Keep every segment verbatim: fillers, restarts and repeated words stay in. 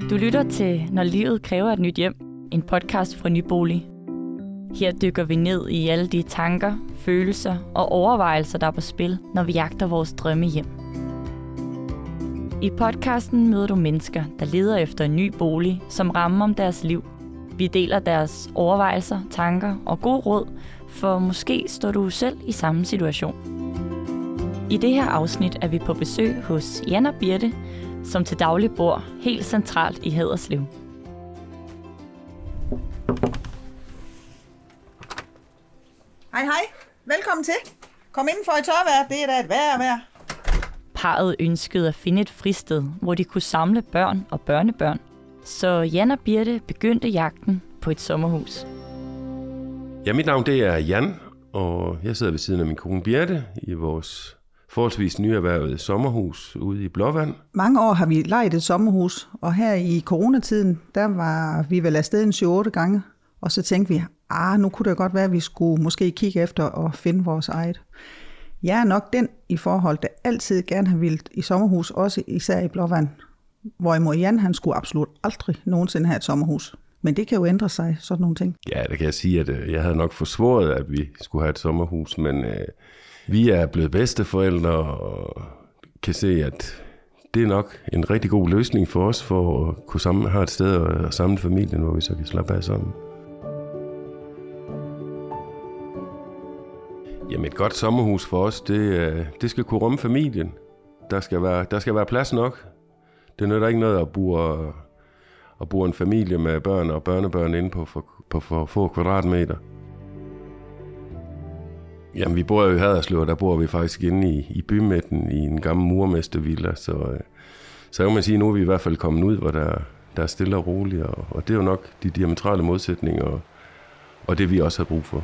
Du lytter til Når livet kræver et nyt hjem, en podcast fra Nybolig. Her dykker vi ned i alle de tanker, følelser og overvejelser, der er på spil, når vi jagter vores drømme hjem. I podcasten møder du mennesker, der leder efter en ny bolig, som rammer om deres liv. Vi deler deres overvejelser, tanker og gode råd, for måske står du selv i samme situation. I det her afsnit er vi på besøg hos Jan og Birte, som til daglig bor helt centralt i Haderslev. Hej hej, velkommen til. Kom indenfor i tørvejr, det er da et vejr vejr. Parret ønskede at finde et fristed, hvor de kunne samle børn og børnebørn. Så Jan og Birte begyndte jagten på et sommerhus. Ja, mit navn det er Jan, og jeg sidder ved siden af min kone Birte i vores forholdsvis nyerhvervede sommerhus ude i Blåvand. Mange år har vi lejet et sommerhus, og her i coronatiden, der var vi vel afsted en syv otte gange. Og så tænkte vi, ah, nu kunne det godt være, at vi skulle måske kigge efter og finde vores eget. Jeg er nok den i forhold, der altid gerne har vildt i sommerhus, også især i Blåvand. Hvorimod Jan, han skulle absolut aldrig nogensinde have et sommerhus. Men det kan jo ændre sig, sådan nogle ting. Ja, det kan jeg sige, at jeg havde nok forsvoret, at vi skulle have et sommerhus, men øh, vi er blevet bedsteforældre og kan se, at det er nok en rigtig god løsning for os, for at kunne sammen, have et sted og samle familien, hvor vi så kan slappe af sammen. Jamen et godt sommerhus for os, det, det skal kunne rumme familien. Der skal være, der skal være plads nok. Det nytter ikke noget at bo, at bo en familie med børn og børnebørn inde på for, på for få kvadratmeter. Jamen vi bor jo i Haderslev, og der bor vi faktisk inde i, i bymidten i en gammel murmestervilla. Så, så kan man sige, at nu er vi i hvert fald kommet ud, hvor der, der er stille og roligt. Og, og det er jo nok de diametrale modsætninger, og, og det vi også har brug for.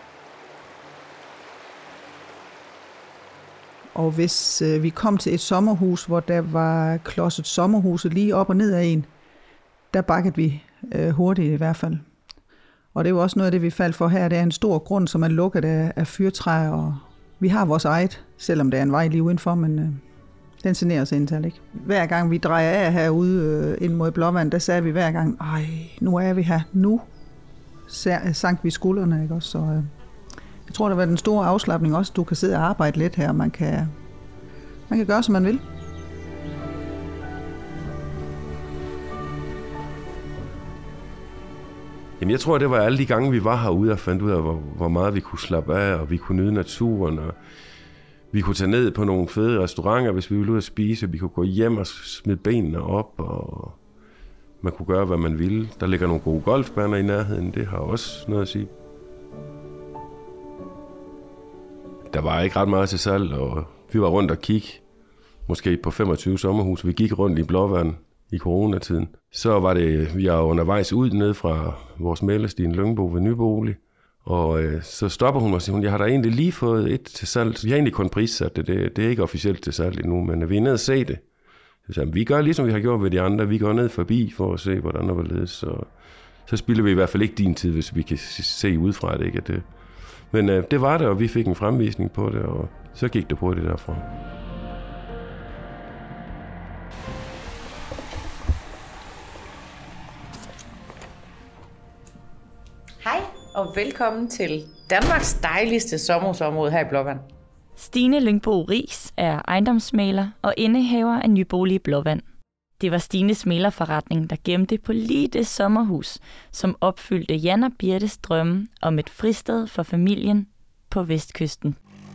Og hvis øh, vi kom til et sommerhus, hvor der var klodset sommerhuset lige op og ned af en, der bakkede vi øh, hurtigt i hvert fald. Og det var også noget af det, vi faldt for her. Det er en stor grund, som er lukket af, af fyrtræer, og vi har vores eget, selvom der er en vej lige udenfor, men øh, den generer os indtil ikke. Hver gang vi drejer af herude øh, ind mod Blåvand, der sagde vi hver gang, ej, nu er vi her, nu sank vi skuldrene, ikke også, så... Øh, Jeg tror, der var den store afslapning også. Du kan sidde og arbejde lidt her, og man kan, man kan gøre, som man vil. Jamen, jeg tror, det var alle de gange, vi var herude og fandt ud af, hvor, hvor meget vi kunne slappe af, og vi kunne nyde naturen, og vi kunne tage ned på nogle fede restauranter, hvis vi ville ud og spise. Vi kunne gå hjem og smide benene op, og man kunne gøre, hvad man ville. Der ligger nogle gode golfbaner i nærheden. Det har også noget at sige. Der var ikke ret meget til salg, og vi var rundt og kigge, måske på femogtyve sommerhus. Vi gik rundt i Blåvand i coronatiden. Så var det, vi er undervejs ud ned fra vores mæglestien Lyngbo ved Nybolig, og øh, så stopper hun og siger, jeg har da egentlig lige fået et til salg. Vi har egentlig kun prissat det, det, det er ikke officielt til salg endnu, men vi er nede og se det. Så sagde, vi gør ligesom vi har gjort ved de andre, vi går ned forbi for at se, hvordan der var ledes. Så, så spilder vi i hvert fald ikke din tid, hvis vi kan se udefra det, ikke at det. Men øh, det var det, og vi fik en fremvisning på det, og så gik det på det derfra. Hej, og velkommen til Danmarks dejligste sommerhusområde her i Blåvand. Stine Lyngbo Riis er ejendomsmægler og indehaver af Nybolig i Blåvand. Det var Stines mæglerforretning, der gemte på lige det sommerhus, som opfyldte Jan og Birtes drømme om et fristed for familien på Vestkysten.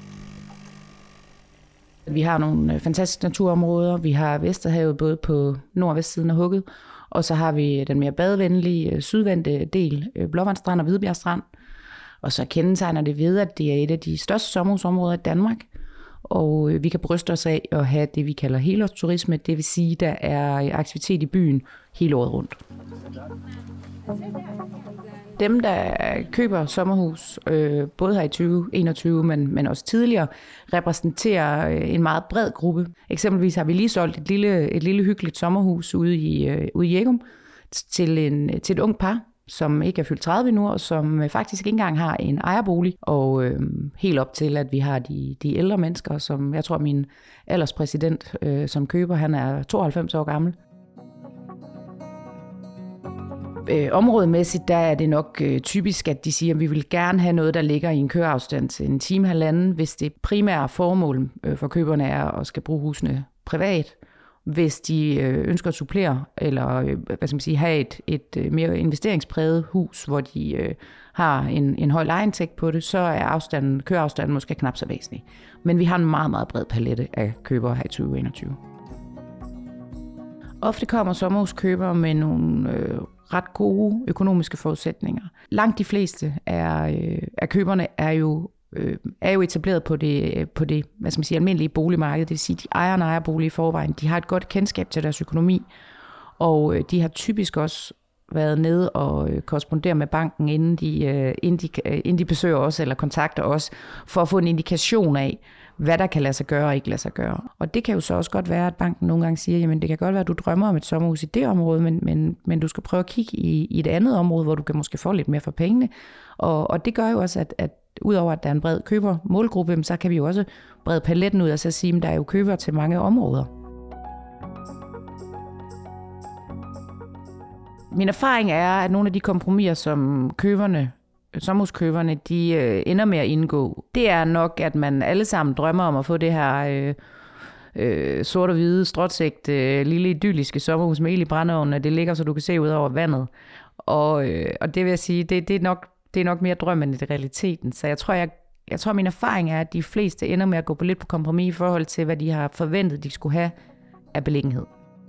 Vi har nogle fantastiske naturområder. Vi har Vesterhavet både på nord- og vestsiden af hugget, og så har vi den mere badevenlige sydvendte del, Blåvandstrand og Hvidbjergstrand. Og så kendetegner det ved, at det er et af de største sommerhusområder i Danmark. Og vi kan bryste os af at have det, vi kalder helårsturisme. Det vil sige, der er aktivitet i byen hele året rundt. Dem, der køber sommerhus, øh, både her i tyve enogtyve, men, men også tidligere, repræsenterer en meget bred gruppe. Eksempelvis har vi lige solgt et lille, et lille hyggeligt sommerhus ude i, øh, ude i Jægum til, en, til et ungt par, som ikke er fyldt tredive nu, og som faktisk ikke engang har en ejerbolig. Og øh, helt op til, at vi har de, de ældre mennesker, som jeg tror, min alderspræsident, øh, som køber, han er tooghalvfems år gammel. Øh, områdemæssigt, der er det nok øh, typisk, at de siger, at vi vil gerne have noget, der ligger i en køreafstand til en time halvanden, hvis det primære formål øh, for køberne er at skal bruge husene privat. Hvis de øh, ønsker at supplere, eller øh, hvad skal man sige, have et, et øh, mere investeringspræget hus, hvor de øh, har en, en høj lejeindtægt på det, så er afstanden, køreafstanden måske knap så væsentlig. Men vi har en meget, meget bred palette af købere her i tyve enogtyve. Ofte kommer sommerhuskøbere med nogle øh, ret gode økonomiske forudsætninger. Langt de fleste er, øh, af køberne er jo, øh, er jo etableret på det, på det hvad skal man sige, almindelige boligmarked. Det vil sige, at de ejer en ejerbolig i forvejen. De har et godt kendskab til deres økonomi, og øh, de har typisk også været nede og øh, korrespondere med banken, inden de, øh, inden, de, øh, inden de besøger os eller kontakter os, for at få en indikation af, hvad der kan lade sig gøre og ikke lade sig gøre. Og det kan jo så også godt være, at banken nogle gange siger, jamen det kan godt være, at du drømmer om et sommerhus i det område, men, men, men du skal prøve at kigge i, i et andet område, hvor du kan måske få lidt mere for pengene. Og, og det gør jo også, at, at udover at der er en bred køber-målgruppe, så kan vi jo også brede paletten ud og så sige, at der er jo købere til mange områder. Min erfaring er, at nogle af de kompromiser, som køberne sommerhuskøberne, de øh, ender med at indgå. Det er nok, at man alle sammen drømmer om at få det her øh, øh, sort og hvide, stråtsægt, øh, lille idylliske sommerhus med el i brændeovnen, og det ligger, så du kan se ud over vandet. Og, øh, og det vil jeg sige, det, det, er nok, det er nok mere drøm end det realiteten. Så jeg tror, jeg, jeg tror, min erfaring er, at de fleste ender med at gå på lidt på kompromis i forhold til, hvad de har forventet, de skulle have af beliggenhed.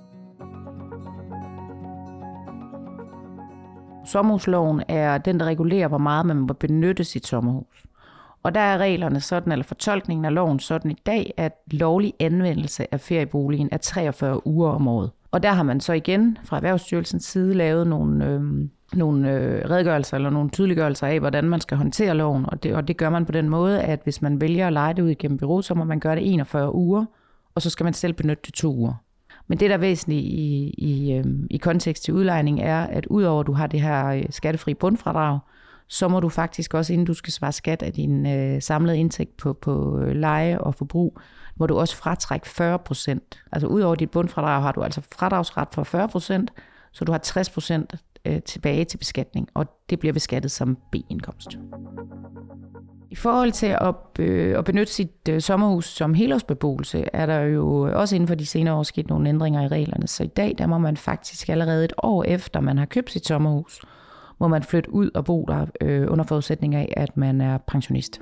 Sommerhusloven er den, der regulerer, hvor meget man må benytte sit sommerhus. Og der er reglerne sådan, eller fortolkningen af loven sådan i dag, at lovlig anvendelse af ferieboligen er treogfyrre uger om året. Og der har man så igen fra Erhvervsstyrelsens side lavet nogle, øh, nogle øh, redegørelser eller nogle tydeliggørelser af, hvordan man skal håndtere loven. Og det, og det gør man på den måde, at hvis man vælger at leje det ud igennem bureau, så må man gøre det enogfyrre uger, og så skal man selv benytte det to uger. Men det, der er væsentligt i, i, øh, i kontekst til udlejning, er, at udover at du har det her skattefri bundfradrag, så må du faktisk også, inden du skal svare skat af din øh, samlede indtægt på, på leje og forbrug, må du også fratrække fyrre procent. Altså udover dit bundfradrag har du altså fradragsret for fyrre procent, så du har tres procent øh, tilbage til beskatning, og det bliver beskattet som B-indkomst. I forhold til at, øh, at benytte sit øh, sommerhus som helårsbeboelse, er der jo også inden for de senere år sket nogle ændringer i reglerne. Så i dag, der må man faktisk allerede et år efter, man har købt sit sommerhus, må man flytte ud og bo der øh, under forudsætning af, at man er pensionist.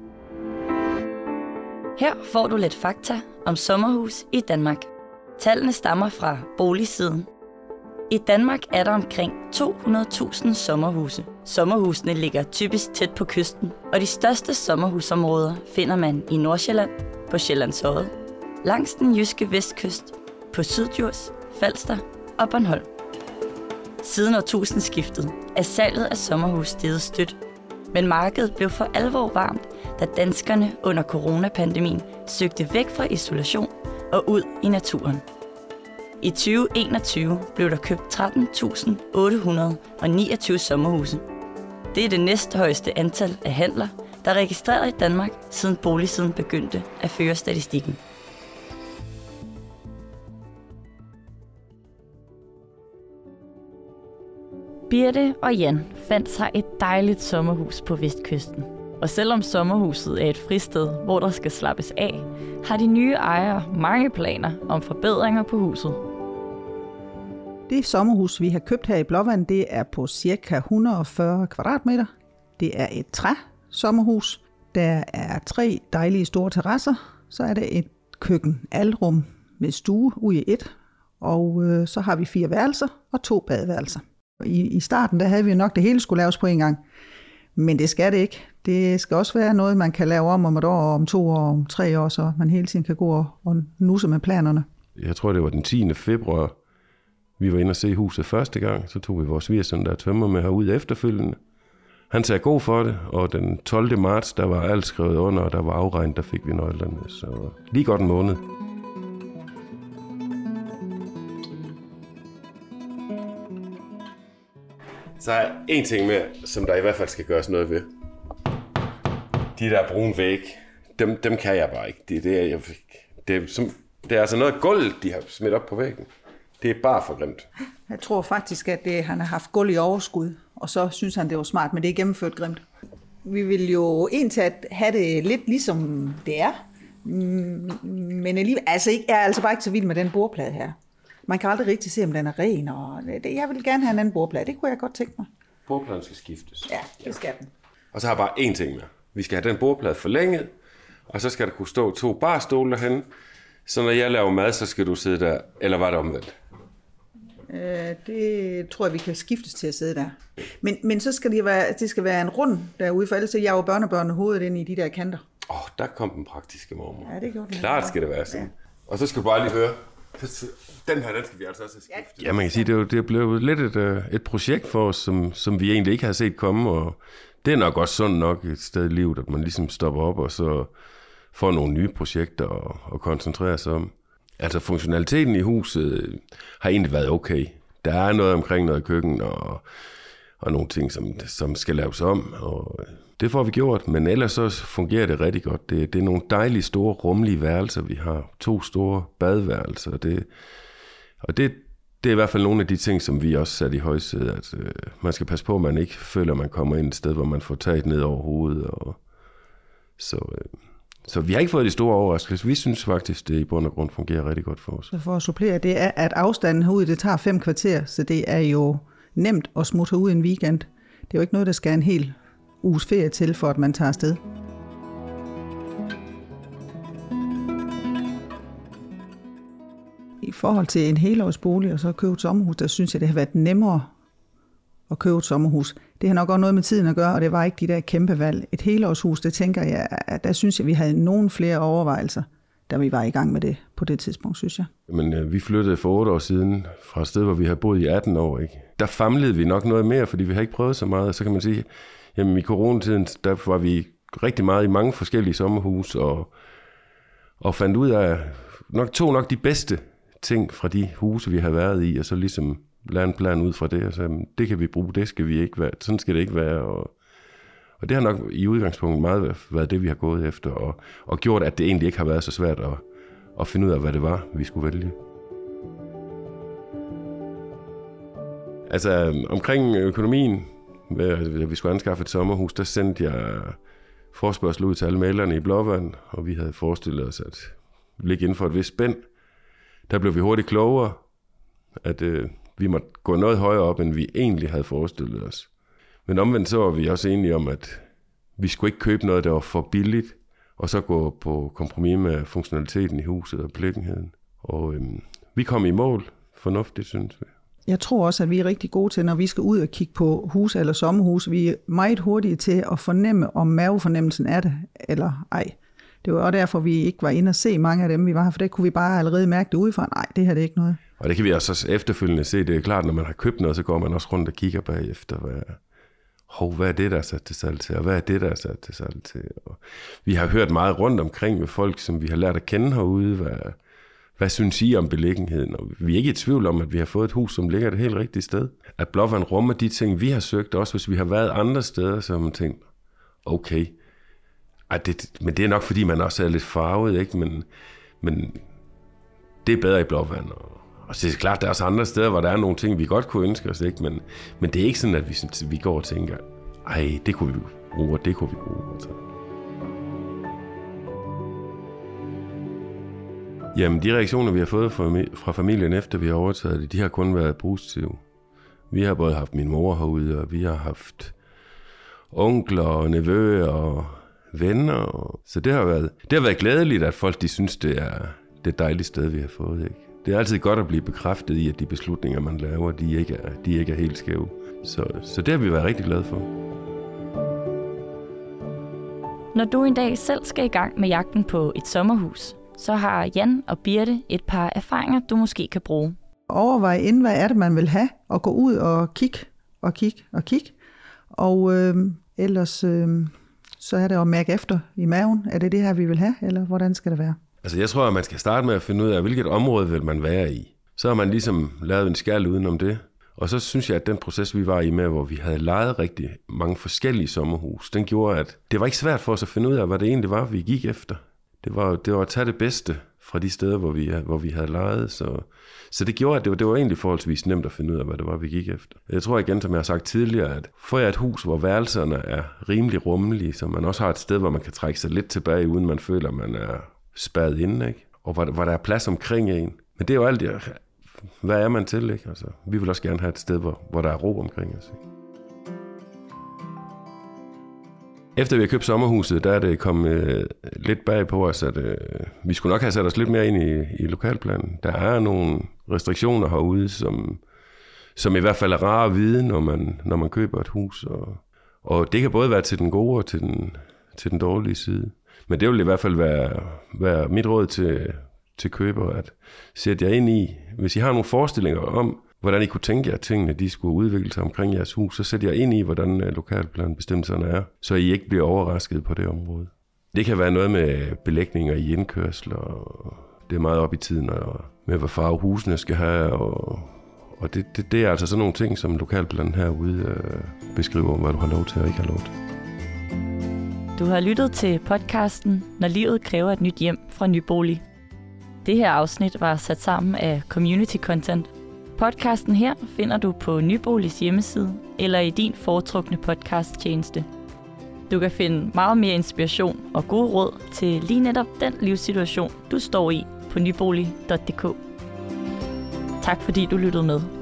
Her får du lidt fakta om sommerhus i Danmark. Tallene stammer fra Boligsiden. I Danmark er der omkring to hundrede tusind sommerhuse. Sommerhusene ligger typisk tæt på kysten, og de største sommerhusområder finder man i Nordsjælland, på Sjællands Odde, langs den jyske vestkyst, på Syddjurs, Falster og Bornholm. Siden årtusindskiftet er salget af sommerhus steget stødt, men markedet blev for alvor varmt, da danskerne under coronapandemien søgte væk fra isolation og ud i naturen. I tyve enogtyve blev der købt tretten tusind otte hundrede niogtyve sommerhuse. Det er det næsthøjeste antal af handler, der er registreret i Danmark, siden Boligsiden begyndte at føre statistikken. Birte og Jan fandt sig et dejligt sommerhus på Vestkysten. Og selvom sommerhuset er et fristed, hvor der skal slappes af, har de nye ejere mange planer om forbedringer på huset. Det sommerhus, vi har købt her i Blåvand, det er på ca. et hundrede og fyrre kvadratmeter. Det er et træ-sommerhus. Der er tre dejlige store terrasser. Så er der et køkken, alrum med stue ud i et. Og øh, så har vi fire værelser og to badeværelser. I, I starten der havde vi nok, det hele skulle laves på en gang. Men det skal det ikke. Det skal også være noget, man kan lave om om et år, om to år, om tre år, så man hele tiden kan gå og nusse med planerne. Jeg tror, det var den tiende februar, vi var inde og se huset første gang. Så tog vi vores svigersøn, der tømmer med herud efterfølgende. Han sagde god for det, og den tolvte marts, der var alt skrevet under, og der var afregnet, der fik vi nøglerne. Så lige godt en måned. Så er en ting mere, som der i hvert fald skal gøres noget ved. De der brune væg, dem, dem kan jeg bare ikke. Det, det, er, jeg, det, er, som, det er altså noget gulv, de har smidt op på væggen. Det er bare for grimt. Jeg tror faktisk, at det, han har haft gulv i overskud, og så synes han, det var smart, men det er gennemført grimt. Vi vil jo egentlig have det lidt ligesom det er, men alligevel, altså, jeg er altså bare ikke så vild med den bordplade her. Man kan aldrig rigtig se, om den er ren, og det, jeg vil gerne have en anden bordplade. Det kunne jeg godt tænke mig. Bordpladen skal skiftes. Ja, det skal den. Og så har jeg bare én ting med. Vi skal have den bordplade forlænget, og så skal der kunne stå to barstole derhen. Så når jeg laver mad, så skal du sidde der, eller var det omvendt? Øh, det tror jeg, vi kan skiftes til at sidde der. Men, men så skal det, være, det skal være en rund derude, for ellers så jager børnebørnene hovedet ind i de der kanter. Åh, oh, der kom den praktiske mormor. Ja, det gjorde den. Klart skal det være sådan. Ja. Og så skal du bare lige høre. Den her, den skal vi altså også have skiftet. Ja, man kan sige, det er, jo, det er blevet lidt et, et projekt for os, som, som vi egentlig ikke har set komme, og det er nok også sundt nok et sted i livet, at man ligesom stopper op og så får nogle nye projekter og, og koncentrerer sig om. Altså funktionaliteten i huset har egentlig været okay. Der er noget omkring noget køkken og, og nogle ting, som, som skal laves om, og det får vi gjort, men ellers så fungerer det rigtig godt. Det, det er nogle dejlige, store, rummelige værelser, vi har. To store badeværelser, og det, og det, det er i hvert fald nogle af de ting, som vi også satte i højsædet, at øh, man skal passe på, at man ikke føler, at man kommer ind et sted, hvor man får taget ned over hovedet. Og, så, øh, så vi har ikke fået de store overraskelser. Vi synes faktisk, det i bund og grund fungerer rigtig godt for os. Så for at supplere, det er, at afstanden herude, det tager fem kvarter, så det er jo nemt at smutte ud en weekend. Det er jo ikke noget, der skal en hel uges ferie til, for at man tager afsted. I forhold til en helårsbolig og så købe et sommerhus, der synes jeg, det har været nemmere at købe et sommerhus. Det har nok også noget med tiden at gøre, og det var ikke de der kæmpe valg. Et helårshus, det tænker jeg, at der synes jeg, vi havde nogle flere overvejelser, da vi var i gang med det på det tidspunkt, synes jeg. Men øh, vi flyttede for otte år siden fra et sted, hvor vi havde boet i atten år. Ikke? Der famlede vi nok noget mere, fordi vi har ikke prøvet så meget. Så kan man sige, jamen i coronatiden, der var vi rigtig meget i mange forskellige sommerhus, og, og fandt ud af, nok, tog nok de bedste ting fra de huse, vi har været i, og så ligesom lade en plan ud fra det, og så det kan vi bruge, det skal vi ikke være, sådan skal det ikke være, og, og det har nok i udgangspunktet meget været det, vi har gået efter, og, og gjort, at det egentlig ikke har været så svært at, at finde ud af, hvad det var, vi skulle vælge. Altså omkring økonomien, da vi skulle anskaffe et sommerhus, der sendte jeg forespørgsel ud til alle mailerne i Blåvand, og vi havde forestillet os at ligge inden for et vist spænd. Der blev vi hurtigt klogere, at øh, vi måtte gå noget højere op, end vi egentlig havde forestillet os. Men omvendt så var vi også enige om, at vi skulle ikke købe noget, der var for billigt, og så gå på kompromis med funktionaliteten i huset og beliggenheden. Og øh, vi kom i mål fornuftigt, synes vi. Jeg tror også, at vi er rigtig gode til, når vi skal ud og kigge på hus eller sommerhus. Vi er meget hurtige til at fornemme, om mavefornemmelsen er det eller ej. Det var også derfor, vi ikke var inde og se mange af dem, vi var, for det kunne vi bare allerede mærke det udefra. Nej, det her det er ikke noget. Og det kan vi også efterfølgende se. Det er klart, når man har købt noget, så går man også rundt og kigger bagefter, hvad, hov, hvad er det, der er sat til salg til, og hvad er det, der er sat til salg til. Og vi har hørt meget rundt omkring med folk, som vi har lært at kende herude, hvad, hvad synes I om beliggenheden? Og vi er ikke i tvivl om, at vi har fået et hus, som ligger det helt rigtige sted. At Blåvand rummer de ting, vi har søgt, også hvis vi har været andre steder, så har man tænkt, okay, ej, det, men det er nok, fordi man også er lidt farvet, ikke? Men, men det er bedre i Blåvand. Og, og det er klart, der er også andre steder, hvor der er nogle ting, vi godt kunne ønske os, ikke? Men, men det er ikke sådan, at vi, vi går og tænker, ej, det kunne vi bruge, og det kunne vi bruge. Altså. Jamen, de reaktioner, vi har fået fra familien efter, vi har overtaget det, de har kun været positive. Vi har både haft min mor herude, og vi har haft onkler og nevøer og venner. Og så det har været, det har været glædeligt, at folk de synes, det er det dejlige sted, vi har fået. Ikke? Det er altid godt at blive bekræftet i, at de beslutninger, man laver, de ikke er, de ikke er helt skæve. Så, så det har vi været rigtig glade for. Når du en dag selv skal i gang med jagten på et sommerhus, så har Jan og Birte et par erfaringer, du måske kan bruge. Overvej inden, hvad er det, man vil have, og gå ud og kigge, og kigge, og kigge. Og øh, ellers øh, så er det at mærke efter i maven. Er det det her, vi vil have, eller hvordan skal det være? Altså jeg tror, at man skal starte med at finde ud af, hvilket område vil man være i. Så har man ligesom lavet en skærl udenom det. Og så synes jeg, at den proces, vi var i med, hvor vi havde lejet rigtig mange forskellige sommerhus, den gjorde, at det var ikke svært for os at finde ud af, hvad det egentlig var, vi gik efter. Det var, det var at tage det bedste fra de steder, hvor vi, hvor vi havde lejet. Så, så det gjorde, at det var, det var egentlig forholdsvis nemt at finde ud af, hvad det var, vi gik efter. Jeg tror igen, som jeg har sagt tidligere, at får jeg et hus, hvor værelserne er rimelig rummelige, så man også har et sted, hvor man kan trække sig lidt tilbage, uden man føler, at man er spadet inde, ikke? Og hvor, hvor der er plads omkring en. Men det er jo alt, hvad er man til, ikke? Altså, vi vil også gerne have et sted, hvor, hvor der er ro omkring os, ikke? Efter vi har købt sommerhuset, der er det kommet øh, lidt bag på os, at øh, vi skulle nok have sat os lidt mere ind i, i lokalplanen. Der er nogle restriktioner herude, som, som i hvert fald er rare at vide, når man, når man køber et hus. Og, og det kan både være til den gode og til den, til den dårlige side. Men det vil i hvert fald være, være mit råd til, til køber, at sætte jer ind i, hvis I har nogle forestillinger om, hvordan I kunne tænke jer, at tingene de skulle udvikle sig omkring jeres hus, så sæt jer ind i, hvordan lokalplanbestemmelserne er, så I ikke bliver overrasket på det område. Det kan være noget med belægninger i indkørsler, og det er meget op i tiden, og med hvad farve husene skal have, og, og det, det, det er altså sådan nogle ting, som lokalplanen herude øh, beskriver, hvad du har lov til og ikke har lov til. Du har lyttet til podcasten Når livet kræver et nyt hjem fra Ny Bolig. Det her afsnit var sat sammen af Community Content. Podcasten her finder du på Nyboligs hjemmeside eller i din foretrukne podcasttjeneste. Du kan finde meget mere inspiration og gode råd til lige netop den livssituation, du står i på nybolig punktum d k. Tak fordi du lyttede med.